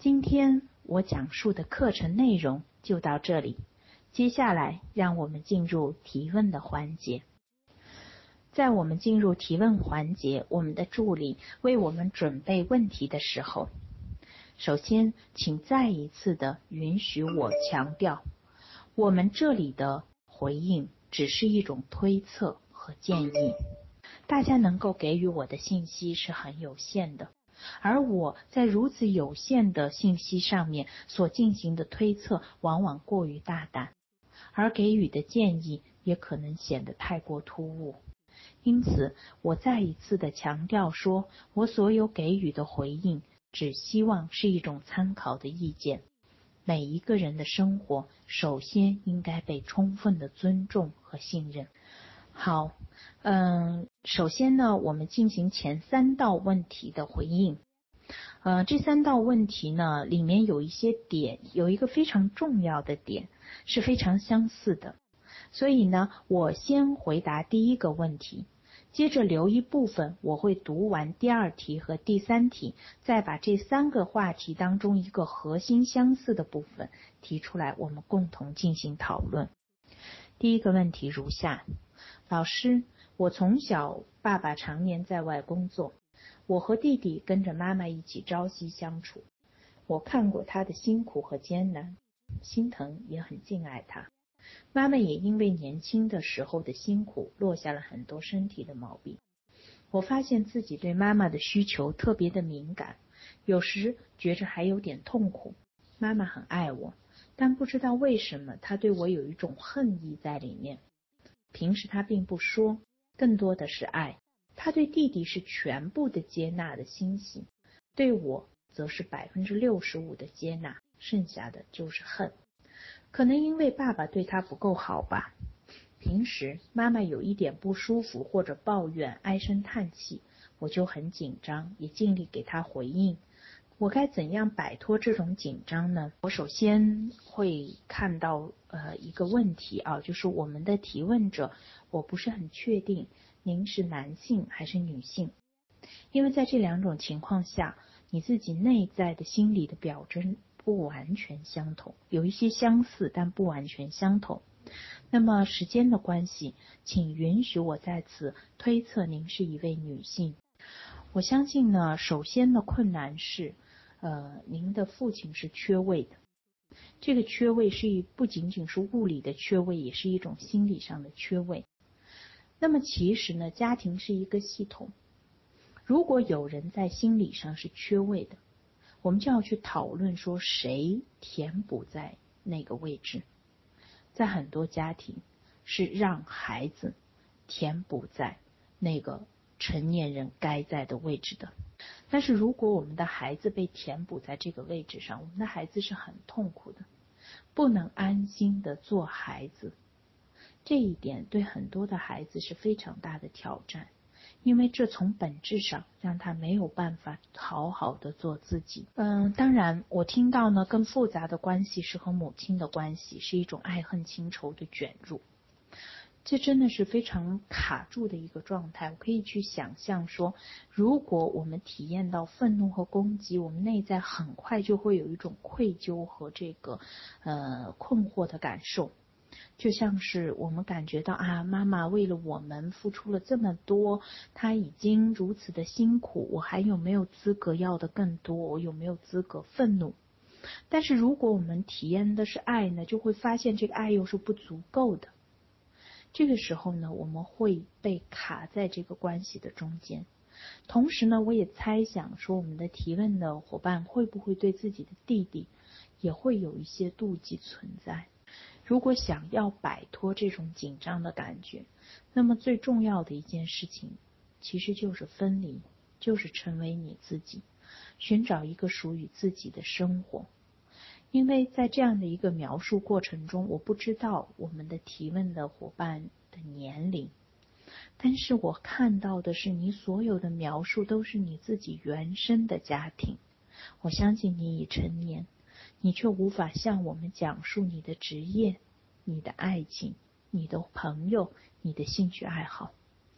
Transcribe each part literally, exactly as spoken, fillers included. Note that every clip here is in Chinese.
今天我讲述的课程内容就到这里，接下来让我们进入提问的环节。在我们进入提问环节，我们的助理为我们准备问题的时候，首先请再一次的允许我强调，我们这里的回应只是一种推测和建议，大家能够给予我的信息是很有限的，而我在如此有限的信息上面所进行的推测往往过于大胆，而给予的建议也可能显得太过突兀。因此，我再一次的强调说，我所有给予的回应只希望是一种参考的意见。每一个人的生活首先应该被充分的尊重和信任。好，嗯，首先呢，我们进行前三道问题的回应。呃，这三道问题呢，里面有一些点，有一个非常重要的点是非常相似的。所以呢，我先回答第一个问题，接着留一部分我会读完第二题和第三题，再把这三个话题当中一个核心相似的部分提出来，我们共同进行讨论。第一个问题如下：老师，我从小爸爸常年在外工作，我和弟弟跟着妈妈一起朝夕相处，我看过他的辛苦和艰难，心疼也很敬爱他。妈妈也因为年轻的时候的辛苦落下了很多身体的毛病。我发现自己对妈妈的需求特别的敏感，有时觉着还有点痛苦。妈妈很爱我，但不知道为什么她对我有一种恨意在里面。平时她并不说，更多的是爱。她对弟弟是全部的接纳的欣喜，对我则是百分之六十五的接纳，剩下的就是恨。可能因为爸爸对他不够好吧，平时妈妈有一点不舒服或者抱怨唉声叹气，我就很紧张，也尽力给他回应。我该怎样摆脱这种紧张呢？我首先会看到呃一个问题啊，就是我们的提问者，我不是很确定您是男性还是女性，因为在这两种情况下，你自己内在的心理的表征不完全相同，有一些相似但不完全相同。那么时间的关系，请允许我在此推测您是一位女性。我相信呢，首先的困难是呃，您的父亲是缺位的，这个缺位是一不仅仅是物理的缺位，也是一种心理上的缺位。那么其实呢，家庭是一个系统，如果有人在心理上是缺位的，我们就要去讨论说谁填补在那个位置。在很多家庭是让孩子填补在那个成年人该在的位置的，但是如果我们的孩子被填补在这个位置上，我们的孩子是很痛苦的，不能安心的做孩子。这一点对很多的孩子是非常大的挑战，因为这从本质上让他没有办法好好的做自己。嗯，当然我听到呢，更复杂的关系是和母亲的关系，是一种爱恨情仇的卷入。这真的是非常卡住的一个状态。我可以去想象说，如果我们体验到愤怒和攻击，我们内在很快就会有一种愧疚和这个呃困惑的感受。就像是我们感觉到啊，妈妈为了我们付出了这么多，她已经如此的辛苦，我还有没有资格要的更多？我有没有资格愤怒？但是如果我们体验的是爱呢，就会发现这个爱又是不足够的。这个时候呢，我们会被卡在这个关系的中间。同时呢，我也猜想说，我们的提问的伙伴会不会对自己的弟弟也会有一些妒忌存在。如果想要摆脱这种紧张的感觉，那么最重要的一件事情其实就是分离，就是成为你自己，寻找一个属于自己的生活。因为在这样的一个描述过程中，我不知道我们的提问的伙伴的年龄，但是我看到的是你所有的描述都是你自己原生的家庭。我相信你已成年，你却无法向我们讲述你的职业、你的爱情、你的朋友、你的兴趣爱好。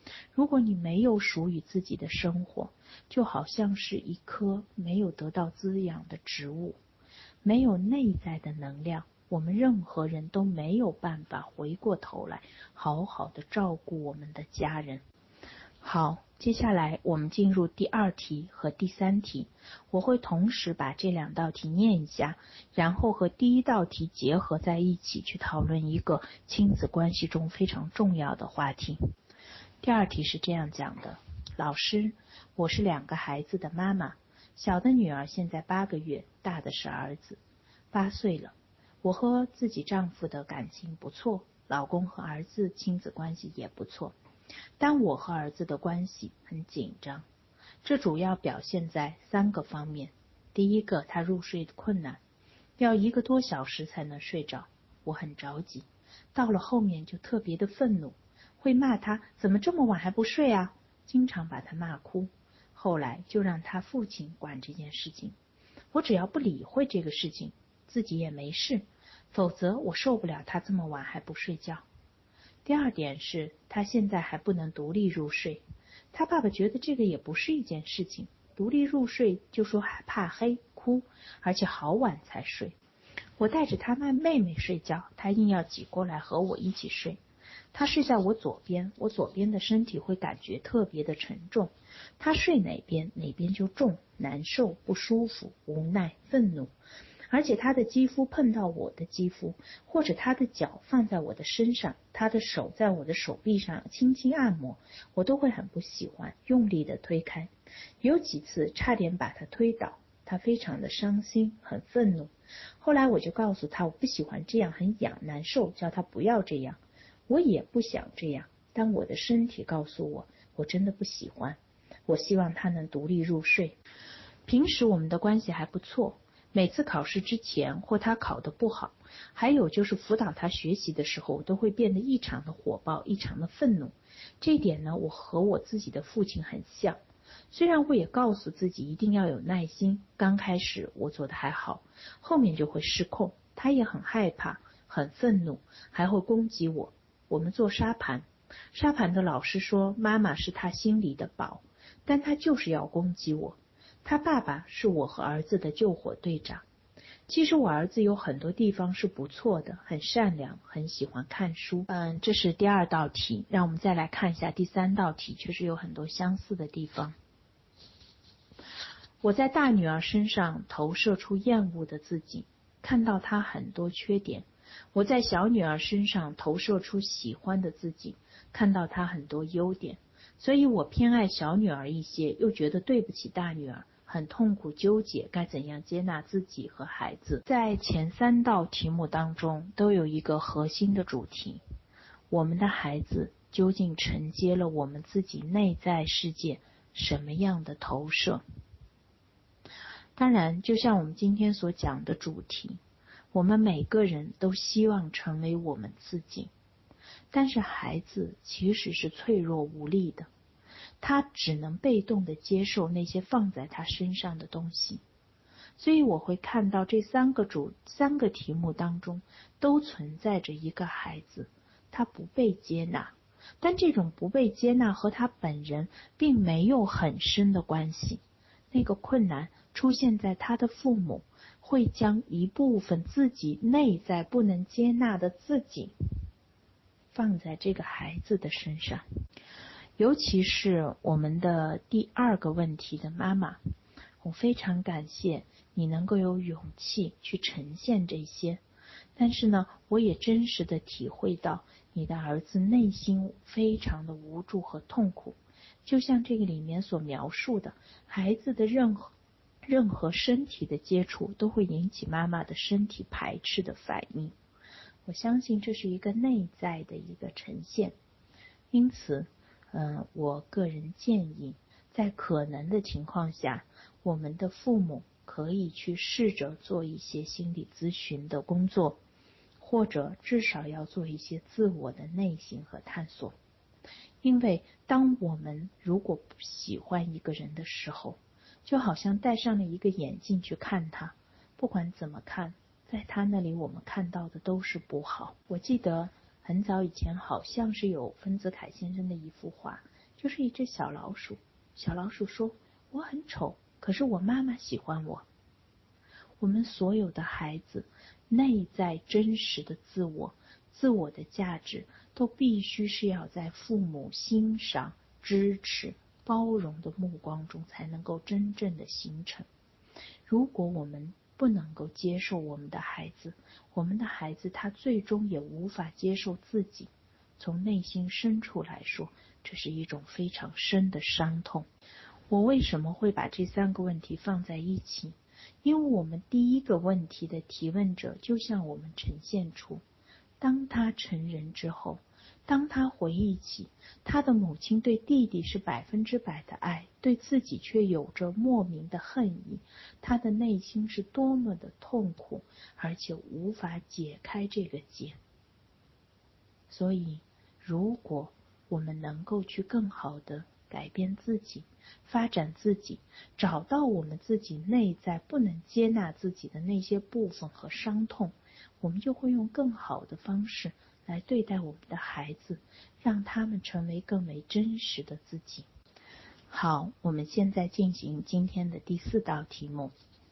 如果你没有属于自己的生活，就好像是一棵没有得到滋养的植物，没有内在的能量，我们任何人都没有办法回过头来好好的照顾我们的家人。好，接下来我们进入第二题和第三题，我会同时把这两道题念一下，然后和第一道题结合在一起去讨论一个亲子关系中非常重要的话题。第二题是这样讲的：老师，我是两个孩子的妈妈，小的女儿现在八个月，大的是儿子，八岁了。我和自己丈夫的感情不错，老公和儿子亲子关系也不错，但我和儿子的关系很紧张，这主要表现在三个方面。第一个，他入睡的困难，要一个多小时才能睡着，我很着急，到了后面就特别的愤怒，会骂他怎么这么晚还不睡啊，经常把他骂哭。后来就让他父亲管这件事情，我只要不理会这个事情，自己也没事，否则我受不了他这么晚还不睡觉。第二点是，他现在还不能独立入睡，他爸爸觉得这个也不是一件事情，独立入睡就说害怕黑哭，而且好晚才睡。我带着他妹妹睡觉，他硬要挤过来和我一起睡。他睡在我左边，我左边的身体会感觉特别的沉重，他睡哪边哪边就重，难受不舒服，无奈愤怒。而且他的肌肤碰到我的肌肤，或者他的脚放在我的身上，他的手在我的手臂上轻轻按摩，我都会很不喜欢，用力的推开，有几次差点把他推倒，他非常的伤心，很愤怒。后来我就告诉他，我不喜欢这样，很痒难受，叫他不要这样。我也不想这样，但我的身体告诉我，我真的不喜欢，我希望他能独立入睡。平时我们的关系还不错，每次考试之前或他考得不好，还有就是辅导他学习的时候，我都会变得异常的火爆，异常的愤怒。这一点呢，我和我自己的父亲很像。虽然我也告诉自己一定要有耐心，刚开始我做的还好，后面就会失控。他也很害怕，很愤怒，还会攻击我。我们做沙盘，沙盘的老师说妈妈是他心里的宝，但他就是要攻击我。他爸爸是我和儿子的救火队长。其实我儿子有很多地方是不错的，很善良，很喜欢看书。嗯，这是第二道题，让我们再来看一下第三道题，确实有很多相似的地方。我在大女儿身上投射出厌恶的自己，看到她很多缺点。我在小女儿身上投射出喜欢的自己，看到她很多优点。所以我偏爱小女儿一些，又觉得对不起大女儿，很痛苦纠结该怎样接纳自己和孩子。在前三道题目当中都有一个核心的主题，我们的孩子究竟承接了我们自己内在世界什么样的投射。当然就像我们今天所讲的主题，我们每个人都希望成为我们自己，但是孩子其实是脆弱无力的，他只能被动地接受那些放在他身上的东西。所以我会看到这三个主三个题目当中都存在着一个孩子，他不被接纳，但这种不被接纳和他本人并没有很深的关系。那个困难出现在他的父母会将一部分自己内在不能接纳的自己放在这个孩子的身上。尤其是我们的第二个问题的妈妈，我非常感谢你能够有勇气去呈现这些，但是呢，我也真实的体会到你的儿子内心非常的无助和痛苦，就像这个里面所描述的，孩子的任何任何身体的接触都会引起妈妈的身体排斥的反应。我相信这是一个内在的一个呈现，因此呃，我个人建议在可能的情况下，我们的父母可以去试着做一些心理咨询的工作，或者至少要做一些自我的内省和探索。因为当我们如果不喜欢一个人的时候，就好像戴上了一个眼镜去看他，不管怎么看，在他那里我们看到的都是不好。我记得很早以前好像是有丰子恺先生的一幅画， 就是一只小老鼠。小老鼠说，我很丑，可是我妈妈喜欢我。我们所有的孩子内在真实的自我，自我的价值都必须是要在父母欣赏、支持、包容的目光中才能够真正的形成。如果我们不能够接受我们的孩子，我们的孩子他最终也无法接受自己。从内心深处来说，这是一种非常深的伤痛。我为什么会把这三个问题放在一起？因为我们第一个问题的提问者就向我们呈现出，当他成人之后，当他回忆起他的母亲对弟弟是百分之百的爱，对自己却有着莫名的恨意，他的内心是多么的痛苦，而且无法解开这个结。所以如果我们能够去更好的改变自己，发展自己，找到我们自己内在不能接纳自己的那些部分和伤痛，我们就会用更好的方式来对待我们的孩子，让他们成为更为真实的自己。好，我们现在进行今天的第四道题目。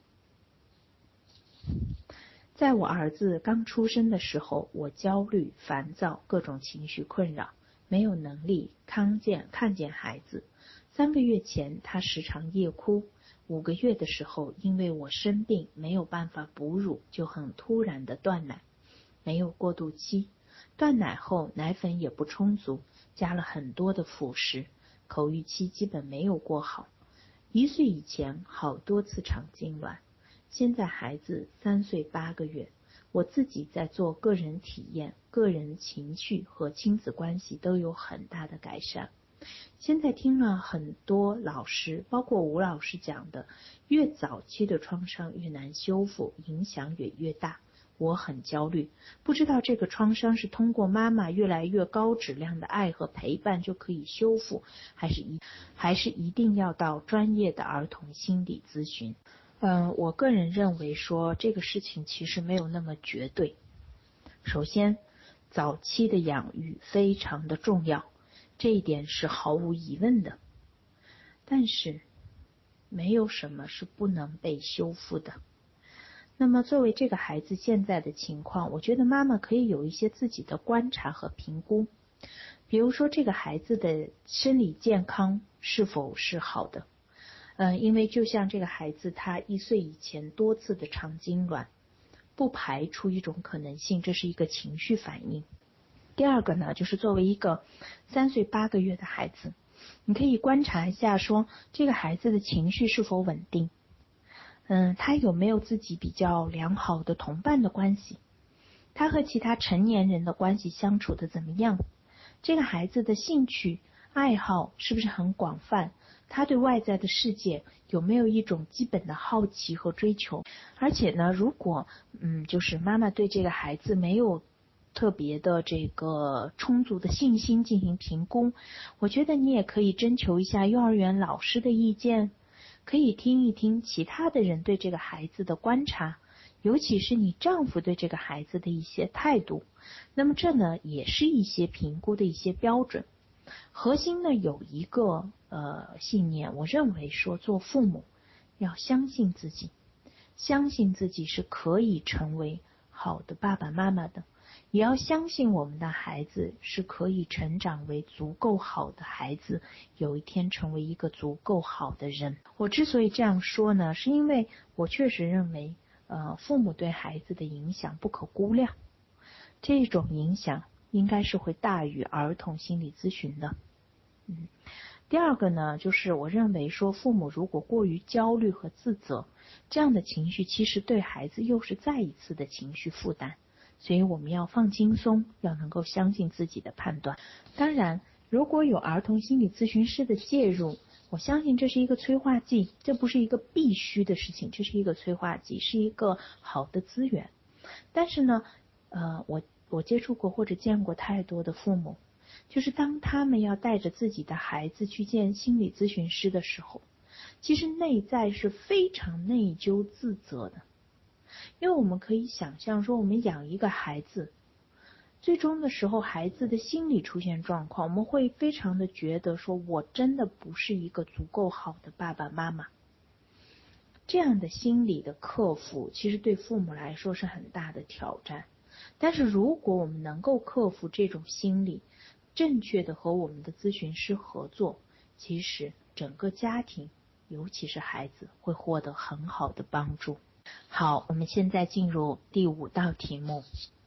在我儿子刚出生的时候，我焦虑、烦躁，各种情绪困扰，没有能力看见看见孩子。三个月前，他时常夜哭。五个月的时候，因为我生病，没有办法哺乳，就很突然的断奶，没有过渡期。断奶后，奶粉也不充足，加了很多的辅食，口欲期基本没有过好。一岁以前，好多次肠痉挛。现在孩子三岁八个月，我自己在做个人体验，个人情绪和亲子关系都有很大的改善。现在听了很多老师，包括吴老师讲的，越早期的创伤越难修复，影响也越大。我很焦虑，不知道这个创伤是通过妈妈越来越高质量的爱和陪伴就可以修复，还是一还是一定要到专业的儿童心理咨询。嗯，我个人认为说这个事情其实没有那么绝对。首先，早期的养育非常的重要，这一点是毫无疑问的。但是，没有什么是不能被修复的。那么作为这个孩子现在的情况，我觉得妈妈可以有一些自己的观察和评估。比如说这个孩子的生理健康是否是好的。嗯，因为就像这个孩子他一岁以前多次的肠痉挛，不排除一种可能性，这是一个情绪反应。第二个呢，就是作为一个三岁八个月的孩子，你可以观察一下说这个孩子的情绪是否稳定。嗯，他有没有自己比较良好的同伴的关系？他和其他成年人的关系相处的怎么样？这个孩子的兴趣爱好是不是很广泛？他对外在的世界有没有一种基本的好奇和追求？而且呢，如果嗯，就是妈妈对这个孩子没有特别的这个充足的信心进行评估，我觉得你也可以征求一下幼儿园老师的意见，可以听一听其他的人对这个孩子的观察，尤其是你丈夫对这个孩子的一些态度。那么这呢，也是一些评估的一些标准。核心呢有一个呃信念，我认为说做父母要相信自己，相信自己是可以成为好的爸爸妈妈的，也要相信我们的孩子是可以成长为足够好的孩子，有一天成为一个足够好的人。我之所以这样说呢，是因为我确实认为呃父母对孩子的影响不可估量，这种影响应该是会大于儿童心理咨询的。嗯，第二个呢，就是我认为说父母如果过于焦虑和自责，这样的情绪其实对孩子又是再一次的情绪负担。所以我们要放轻松，要能够相信自己的判断。当然，如果有儿童心理咨询师的介入，我相信这是一个催化剂，这不是一个必须的事情，这是一个催化剂，是一个好的资源。但是呢，呃，我我接触过或者见过太多的父母，就是当他们要带着自己的孩子去见心理咨询师的时候，其实内在是非常内疚自责的。因为我们可以想象说，我们养一个孩子， 最终的时候，孩子的心理出现状况，我们会非常的觉得说，我真的不是一个足够好的爸爸妈妈。这样的心理的克服，其实对父母来说是很大的挑战。但是如果我们能够克服这种心理，正确的和我们的咨询师合作，其实整个家庭，尤其是孩子，会获得很好的帮助。好，我们现在进入第五道题目。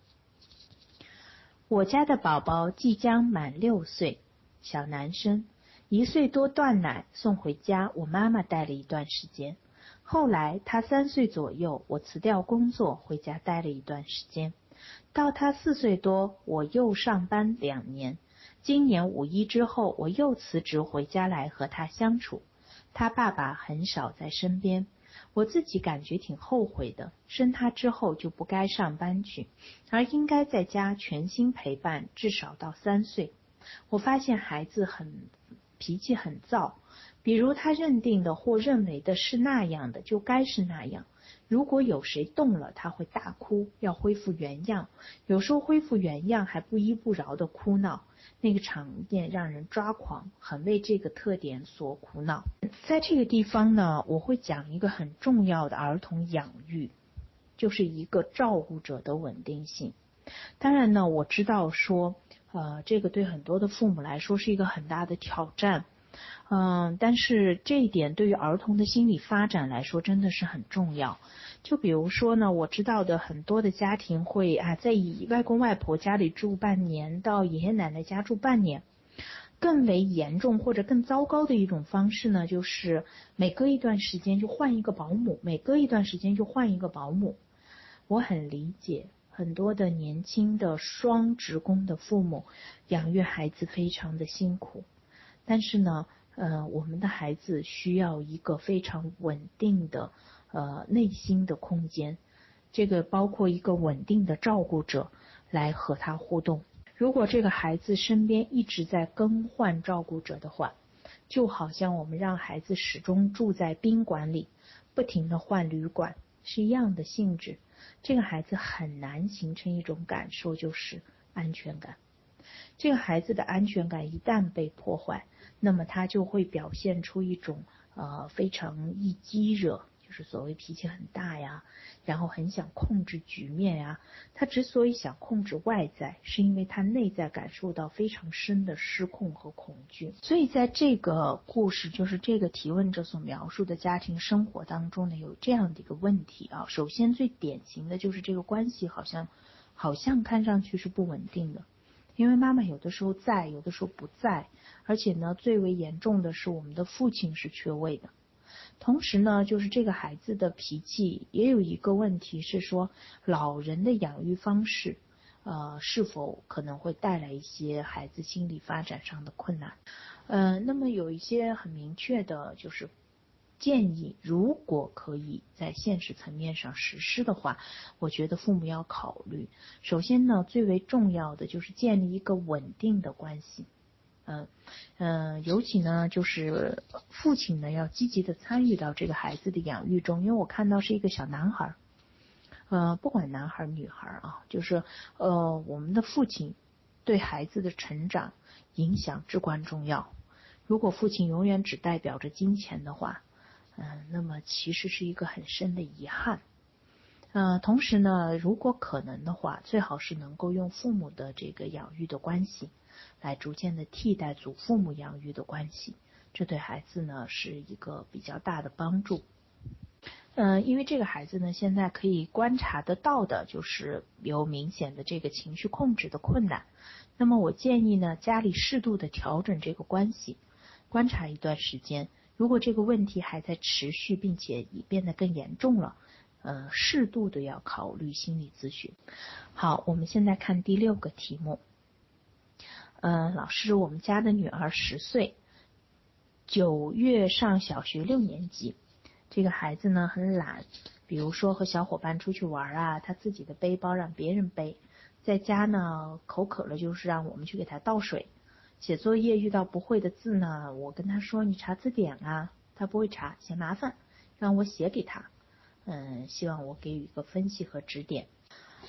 我家的宝宝即将满六岁，小男生，一岁多断奶，送回家，我妈妈带了一段时间。后来他三岁左右，我辞掉工作，回家待了一段时间。到他四岁多，我又上班两年。今年五一之后，我又辞职回家来和他相处。他爸爸很少在身边。我自己感觉挺后悔的，生他之后就不该上班去，而应该在家全心陪伴，至少到三岁。我发现孩子很脾气很躁，比如他认定的或认为的是那样的，就该是那样。如果有谁动了，他会大哭，要恢复原样，有时候恢复原样还不依不饶的哭闹，那个场面让人抓狂，很为这个特点所苦恼。在这个地方呢，我会讲一个很重要的儿童养育，就是一个照顾者的稳定性。当然呢，我知道说呃，这个对很多的父母来说是一个很大的挑战，嗯，但是这一点对于儿童的心理发展来说真的是很重要。就比如说呢，我知道的很多的家庭会啊，在以外公外婆家里住半年到爷爷奶奶家住半年。更为严重或者更糟糕的一种方式呢，就是每隔一段时间就换一个保姆，每隔一段时间就换一个保姆。我很理解很多的年轻的双职工的父母养育孩子非常的辛苦，但是呢，呃，我们的孩子需要一个非常稳定的呃内心的空间，这个包括一个稳定的照顾者来和他互动。如果这个孩子身边一直在更换照顾者的话，就好像我们让孩子始终住在宾馆里，不停地换旅馆，是一样的性质。这个孩子很难形成一种感受，就是安全感。这个孩子的安全感一旦被破坏，那么他就会表现出一种呃非常易激惹，就是所谓脾气很大呀，然后很想控制局面呀。他之所以想控制外在，是因为他内在感受到非常深的失控和恐惧。所以在这个故事，就是这个提问者所描述的家庭生活当中呢，有这样的一个问题啊。首先最典型的就是这个关系好像好像看上去是不稳定的。因为妈妈有的时候在，有的时候不在，而且呢，最为严重的是我们的父亲是缺位的。同时呢，就是这个孩子的脾气也有一个问题是说，老人的养育方式，呃，是否可能会带来一些孩子心理发展上的困难？呃，那么有一些很明确的，就是建议，如果可以在现实层面上实施的话，我觉得父母要考虑。首先呢，最为重要的就是建立一个稳定的关系。嗯嗯、呃，尤其呢，就是父亲呢要积极的参与到这个孩子的养育中，因为我看到是一个小男孩，呃，不管男孩女孩啊，就是呃，我们的父亲对孩子的成长影响至关重要。如果父亲永远只代表着金钱的话，嗯、呃，那么其实是一个很深的遗憾。呃，同时呢，如果可能的话，最好是能够用父母的这个养育的关系，来逐渐的替代祖父母养育的关系，这对孩子呢是一个比较大的帮助。呃，因为这个孩子呢，现在可以观察得到的就是有明显的这个情绪控制的困难。那么我建议呢，家里适度的调整这个关系，观察一段时间。如果这个问题还在持续，并且已变得更严重了，呃，适度的要考虑心理咨询。好，我们现在看第六个题目。呃，老师，我们家的女儿十岁，九月上小学六年级。这个孩子呢很懒，比如说和小伙伴出去玩啊，他自己的背包让别人背，在家呢口渴了就是让我们去给他倒水。写作业遇到不会的字呢，我跟他说你查字典啊，他不会查，嫌麻烦，让我写给他。嗯，希望我给予一个分析和指点。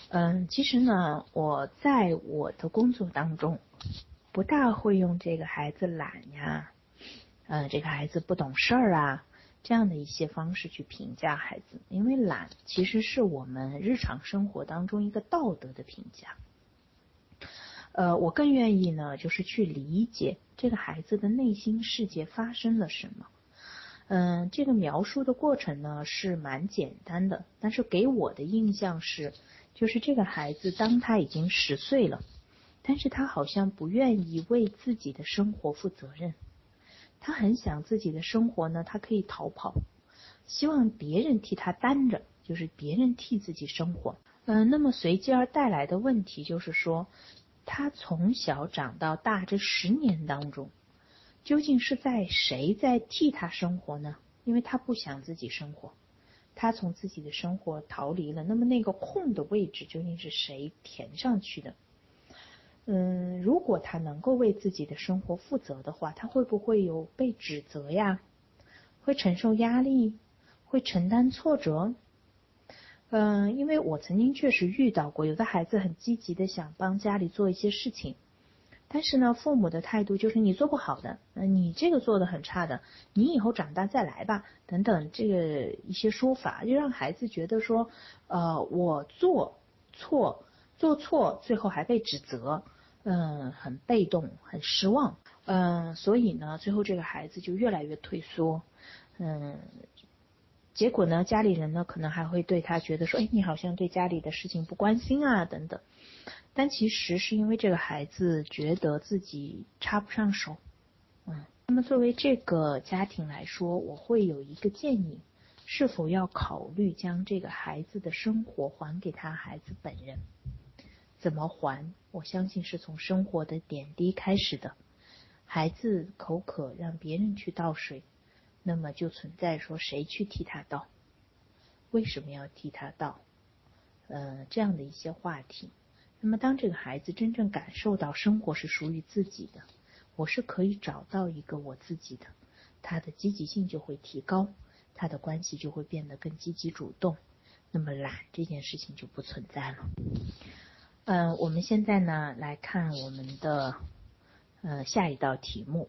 嗯，其实呢，我在我的工作当中，不大会用这个孩子懒呀，嗯，这个孩子不懂事儿啊，这样的一些方式去评价孩子，因为懒其实是我们日常生活当中一个道德的评价。呃，我更愿意呢，就是去理解这个孩子的内心世界发生了什么。嗯，这个描述的过程呢是蛮简单的，但是给我的印象是，就是这个孩子当他已经十岁了，但是他好像不愿意为自己的生活负责任，他很想自己的生活呢，他可以逃跑，希望别人替他担着，就是别人替自己生活。嗯，那么随之而带来的问题就是说，他从小长到大这十年当中，究竟是在谁在替他生活呢？因为他不想自己生活，他从自己的生活逃离了，那么那个空的位置究竟是谁填上去的？嗯，如果他能够为自己的生活负责的话，他会不会有被指责呀？会承受压力？会承担挫折？嗯，因为我曾经确实遇到过，有的孩子很积极的想帮家里做一些事情，但是呢，父母的态度就是你做不好的，你这个做得很差的，你以后长大再来吧，等等，这个一些说法，就让孩子觉得说，呃，我做错，做错，最后还被指责，嗯，很被动，很失望，嗯，所以呢，最后这个孩子就越来越退缩，嗯。结果呢，家里人呢可能还会对他觉得说，哎，你好像对家里的事情不关心啊，等等。但其实是因为这个孩子觉得自己插不上手。嗯，那么作为这个家庭来说，我会有一个建议，是否要考虑将这个孩子的生活还给他孩子本人？怎么还？我相信是从生活的点滴开始的。孩子口渴让别人去倒水，那么就存在说谁去替他倒，为什么要替他倒，呃，这样的一些话题。那么当这个孩子真正感受到生活是属于自己的，我是可以找到一个我自己的，他的积极性就会提高，他的关系就会变得更积极主动，那么懒这件事情就不存在了。嗯、呃，我们现在呢来看我们的呃下一道题目。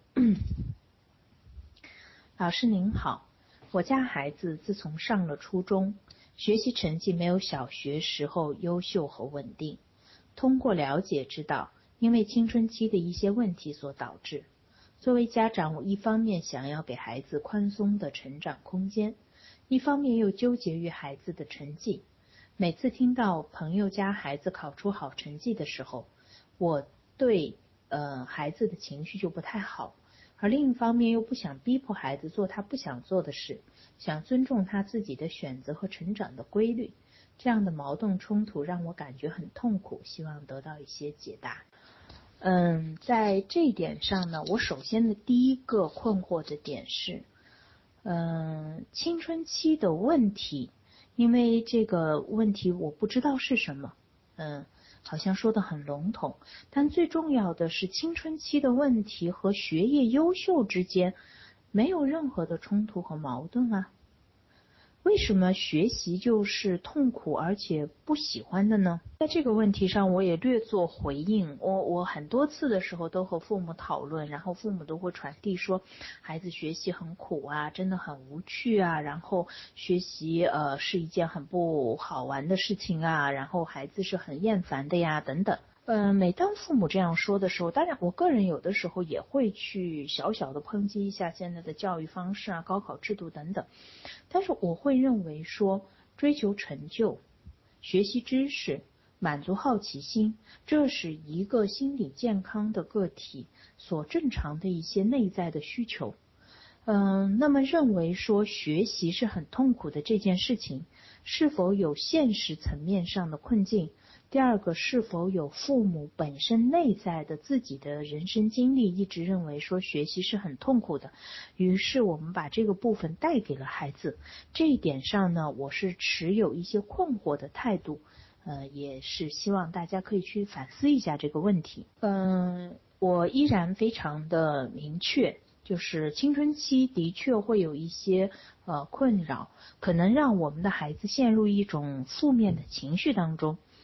老师您好，我家孩子自从上了初中，学习成绩没有小学时候优秀和稳定。通过了解知道，因为青春期的一些问题所导致。作为家长，我一方面想要给孩子宽松的成长空间，一方面又纠结于孩子的成绩。每次听到朋友家孩子考出好成绩的时候，我对呃孩子的情绪就不太好。而另一方面又不想逼迫孩子做他不想做的事，想尊重他自己的选择和成长的规律，这样的矛盾冲突让我感觉很痛苦，希望得到一些解答。嗯，在这一点上呢，我首先的第一个困惑的点是，嗯，青春期的问题，因为这个问题我不知道是什么，嗯。好像说得很笼统，但最重要的是青春期的问题和学业优秀之间没有任何的冲突和矛盾啊。为什么学习就是痛苦而且不喜欢的呢？在这个问题上我也略作回应，我我很多次的时候都和父母讨论，然后父母都会传递说孩子学习很苦啊，真的很无趣啊，然后学习呃是一件很不好玩的事情啊，然后孩子是很厌烦的呀等等。嗯、呃，每当父母这样说的时候，当然我个人有的时候也会去小小的抨击一下现在的教育方式啊、高考制度等等，但是我会认为说追求成就、学习知识、满足好奇心，这是一个心理健康的个体所正常的一些内在的需求。嗯，那么认为说学习是很痛苦的这件事情，是否有现实层面上的困境？第二个，是否有父母本身内在的自己的人生经历，一直认为说学习是很痛苦的，于是我们把这个部分带给了孩子。这一点上呢，我是持有一些困惑的态度，呃，也是希望大家可以去反思一下这个问题。嗯，我依然非常的明确。就是青春期的确会有一些呃困扰，可能让我们的孩子陷入一种负面的情绪当中。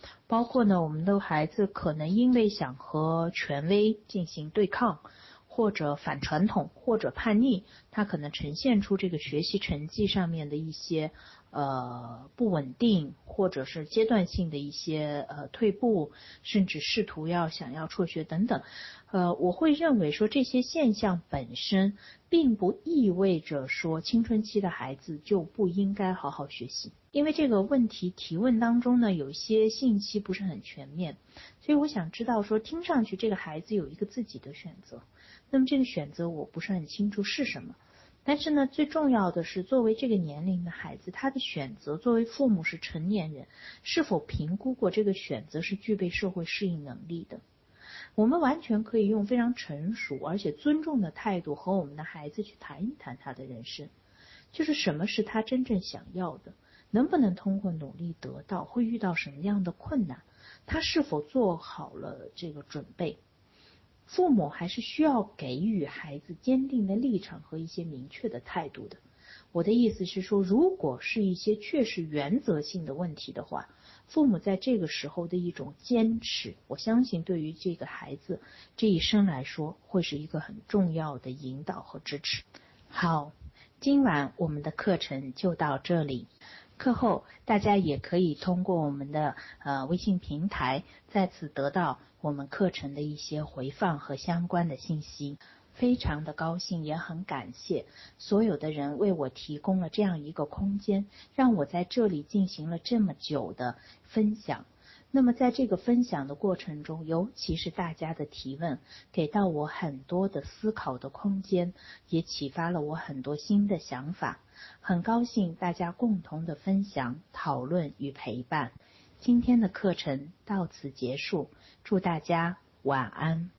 包括呢，我们的孩子可能因为想和权威进行对抗，或者反传统，或者叛逆，他可能呈现出这个学习成绩上面的一些呃不稳定，或者是阶段性的一些呃退步，甚至试图要想要辍学等等。呃，我会认为说这些现象本身并不意味着说青春期的孩子就不应该好好学习，因为这个问题提问当中呢，有一些信息不是很全面，所以我想知道说，听上去这个孩子有一个自己的选择，那么这个选择我不是很清楚是什么。但是呢，最重要的是，作为这个年龄的孩子，他的选择，作为父母是成年人，是否评估过这个选择是具备社会适应能力的？我们完全可以用非常成熟而且尊重的态度和我们的孩子去谈一谈他的人生，就是什么是他真正想要的，能不能通过努力得到，会遇到什么样的困难，他是否做好了这个准备。父母还是需要给予孩子坚定的立场和一些明确的态度的。我的意思是说，如果是一些确实原则性的问题的话，父母在这个时候的一种坚持，我相信对于这个孩子这一生来说，会是一个很重要的引导和支持。好，今晚我们的课程就到这里。课后大家也可以通过我们的呃微信平台再次得到我们课程的一些回放和相关的信息。非常的高兴，也很感谢所有的人为我提供了这样一个空间，让我在这里进行了这么久的分享。那么在这个分享的过程中，尤其是大家的提问，给到我很多的思考的空间，也启发了我很多新的想法。很高兴大家共同的分享、讨论与陪伴。今天的课程到此结束，祝大家晚安。